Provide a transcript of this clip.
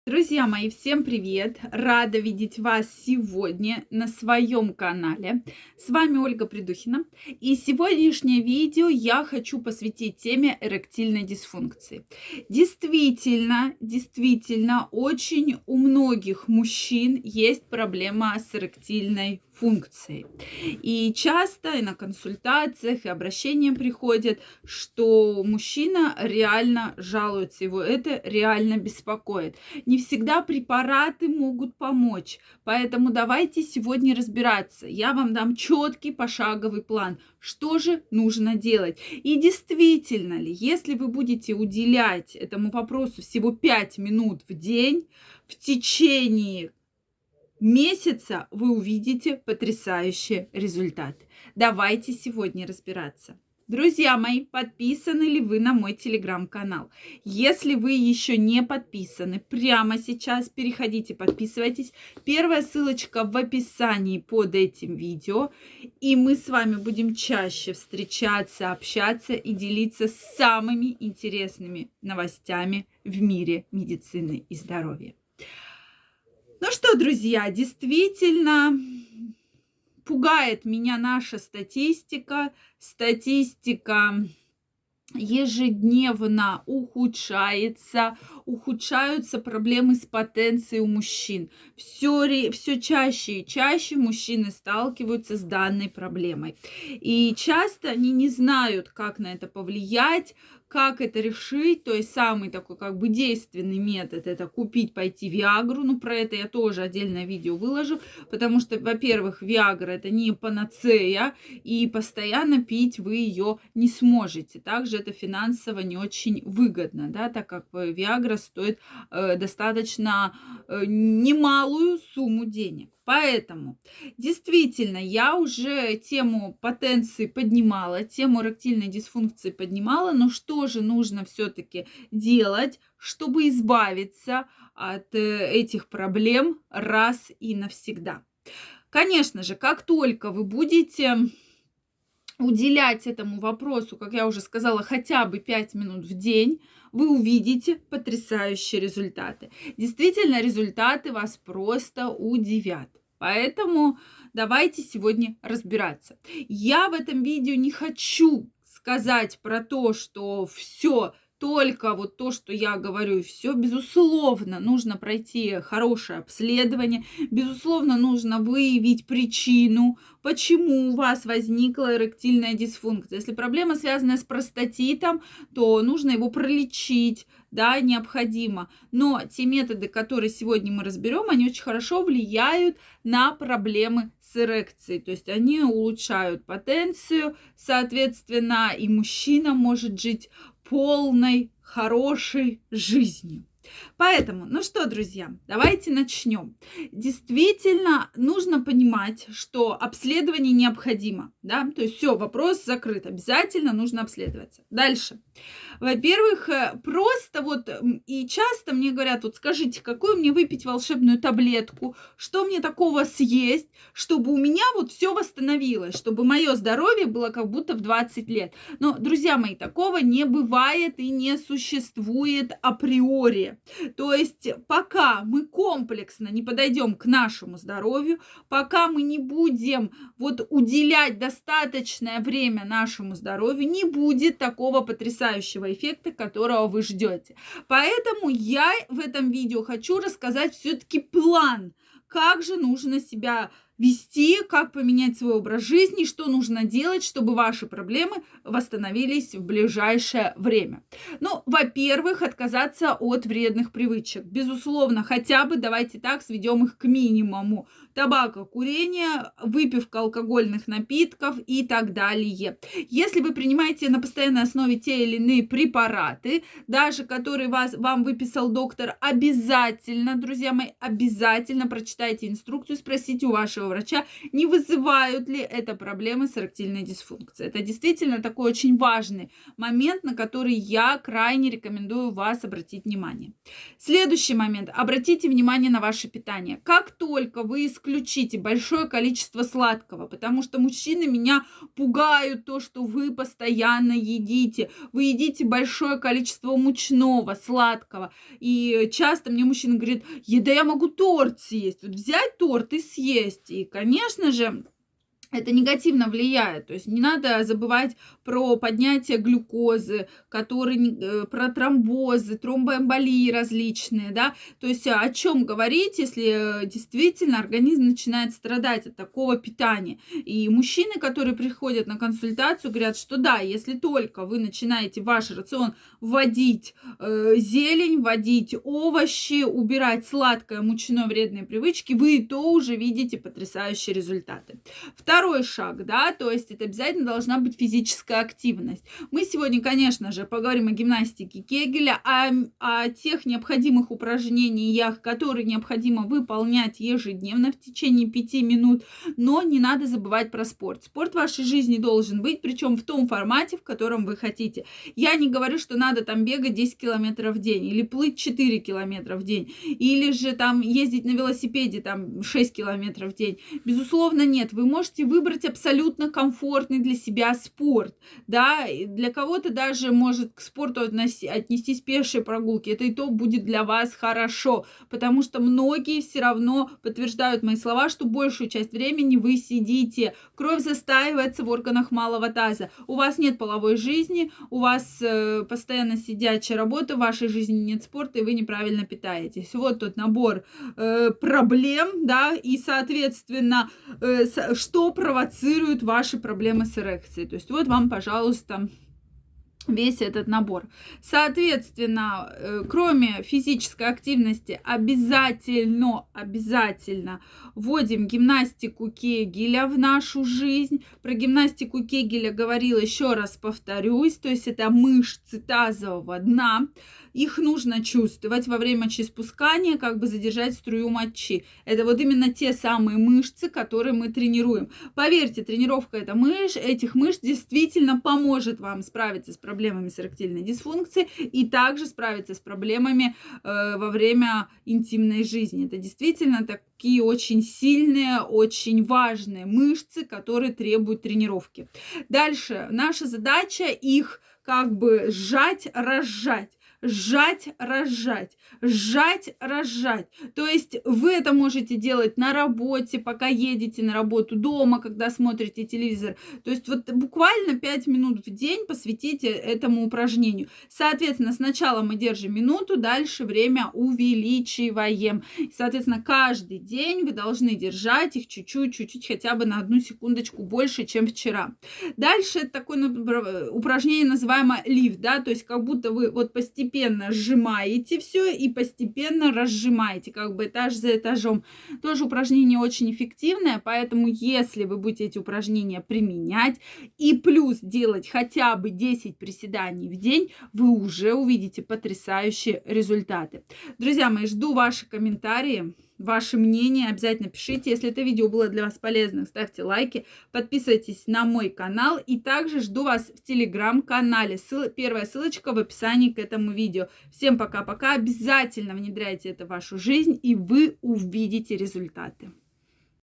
Друзья мои, всем привет! Рада видеть вас сегодня на своем канале. С вами Ольга Придухина. И сегодняшнее видео я хочу посвятить теме эректильной дисфункции. Действительно, очень у многих мужчин есть проблема с эректильной функцией. И часто и на консультациях, и обращения приходят, что мужчина реально жалуется, его это реально беспокоит. Не всегда препараты могут помочь. Поэтому давайте сегодня разбираться. Я вам дам четкий пошаговый план, что же нужно делать. И действительно ли, если вы будете уделять этому вопросу всего 5 минут в день, в течение месяца вы увидите потрясающие результаты. Давайте сегодня разбираться. Друзья мои, подписаны ли вы на мой телеграм-канал? Если вы еще не подписаны, прямо сейчас переходите, подписывайтесь. Первая ссылочка в описании под этим видео. И мы с вами будем чаще встречаться, общаться и делиться самыми интересными новостями в мире медицины и здоровья. Ну что, друзья, действительно пугает меня наша статистика. Статистика ежедневно ухудшаются проблемы с потенцией у мужчин. Все чаще и чаще мужчины сталкиваются с данной проблемой. И часто они не знают, как на это повлиять, как это решить. То есть самый такой действенный метод — это купить, пойти Виагру. Ну, про это я тоже отдельное видео выложу, потому что, во-первых, Виагра — это не панацея, и постоянно пить вы ее не сможете. Также это финансово не очень выгодно, да, так как Виагра стоит достаточно немалую сумму денег. Поэтому, действительно, я уже тему потенции поднимала, тему эректильной дисфункции поднимала, но что же нужно все-таки делать, чтобы избавиться от этих проблем раз и навсегда? Конечно же, как только вы будете уделять этому вопросу, как я уже сказала, хотя бы 5 минут в день, вы увидите потрясающие результаты. Действительно, результаты вас просто удивят. Поэтому давайте сегодня разбираться. Я в этом видео не хочу сказать про то, что все только вот то, что я говорю, все. Безусловно, нужно пройти хорошее обследование. Безусловно, нужно выявить причину, почему у вас возникла эректильная дисфункция. Если проблема связана с простатитом, то нужно его пролечить, да, необходимо. Но те методы, которые сегодня мы разберем, они очень хорошо влияют на проблемы с эрекцией. То есть они улучшают потенцию, соответственно, и мужчина может жить полной, хорошей жизнью. Поэтому, ну что, друзья, давайте начнем. Действительно, нужно понимать, что обследование необходимо, да, то есть все, вопрос закрыт, обязательно нужно обследоваться. Дальше. Во-первых, просто и часто мне говорят, скажите, какую мне выпить волшебную таблетку, что мне такого съесть, чтобы у меня все восстановилось, чтобы мое здоровье было как будто в 20 лет. Но, друзья мои, такого не бывает и не существует априори. То есть пока мы комплексно не подойдем к нашему здоровью, пока мы не будем уделять достаточное время нашему здоровью, не будет такого потрясающего эффекта, которого вы ждете. Поэтому я в этом видео хочу рассказать все-таки план, как же нужно себя вести, как поменять свой образ жизни, что нужно делать, чтобы ваши проблемы восстановились в ближайшее время. Ну, во-первых, отказаться от вредных привычек. Безусловно, хотя бы давайте так сведем их к минимуму. Табакокурение, выпивка алкогольных напитков и так далее. Если вы принимаете на постоянной основе те или иные препараты, даже которые вам выписал доктор, обязательно, друзья мои, обязательно прочитайте инструкцию, спросите у вашего врача, не вызывают ли это проблемы с эректильной дисфункцией. Это действительно такой очень важный момент, на который я крайне рекомендую вас обратить внимание. Следующий момент. Обратите внимание на ваше питание. Как только вы исключите большое количество сладкого, потому что мужчины меня пугают то, что вы постоянно едите. Вы едите большое количество мучного, сладкого. И часто мне мужчина говорит: да я могу торт съесть. Вот взять торт и съесть. И, конечно же, это негативно влияет. То есть не надо забывать про поднятие глюкозы, про тромбозы, тромбоэмболии различные, да. То есть о чем говорить, если действительно организм начинает страдать от такого питания. И мужчины, которые приходят на консультацию, говорят, что да, если только вы начинаете в ваш рацион вводить зелень, вводить овощи, убирать сладкое, мучное, вредные привычки, вы и то уже видите потрясающие результаты. Второй шаг, да, то есть это обязательно должна быть физическая активность. Мы сегодня, конечно же, поговорим о гимнастике Кегеля, о тех необходимых упражнениях, которые необходимо выполнять ежедневно в течение 5 минут, но не надо забывать про спорт. Спорт в вашей жизни должен быть, причем в том формате, в котором вы хотите. Я не говорю, что надо там бегать 10 километров в день, или плыть 4 километра в день, или же там ездить на велосипеде там 6 километров в день. Безусловно, нет. Вы можете выбрать абсолютно комфортный для себя спорт, да, для кого-то даже может к спорту отнестись пешие прогулки, это и то будет для вас хорошо, потому что многие все равно подтверждают мои слова, что большую часть времени вы сидите, кровь застаивается в органах малого таза, у вас нет половой жизни, у вас постоянно сидячая работа, в вашей жизни нет спорта, и вы неправильно питаетесь. Вот тот набор проблем, да, и, соответственно, что провоцирует ваши проблемы с эрекцией. То есть вот вам, пожалуйста, весь этот набор. Соответственно, кроме физической активности, обязательно вводим гимнастику Кегеля в нашу жизнь. Про гимнастику Кегеля говорила, еще раз повторюсь, то есть это мышцы тазового дна. Их нужно чувствовать во время мочеиспускания, как бы задержать струю мочи. Это вот именно те самые мышцы, которые мы тренируем. Поверьте, тренировка этих мышц действительно поможет вам справиться с проблемами с эректильной дисфункцией и также справиться с проблемами во время интимной жизни. Это действительно такие очень сильные, очень важные мышцы, которые требуют тренировки. Дальше наша задача их как бы сжать, разжать. То есть вы это можете делать на работе, пока едете на работу, дома, когда смотрите телевизор. То есть вот буквально 5 минут в день посвятите этому упражнению. Соответственно, сначала мы держим минуту, дальше время увеличиваем. Соответственно, каждый день вы должны держать их чуть-чуть, хотя бы на 1 секундочку больше, чем вчера. Дальше это такое упражнение, называемое лифт, да, то есть как будто вы вот постепенно сжимаете все и постепенно разжимаете, как бы этаж за этажом. Тоже упражнение очень эффективное, поэтому если вы будете эти упражнения применять и плюс делать хотя бы 10 приседаний в день, вы уже увидите потрясающие результаты. Друзья мои, жду ваши комментарии. Ваше мнение обязательно пишите. Если это видео было для вас полезным, ставьте лайки, подписывайтесь на мой канал и также жду вас в телеграм-канале. Первая ссылочка в описании к этому видео. Всем пока-пока. Обязательно внедряйте это в вашу жизнь и вы увидите результаты.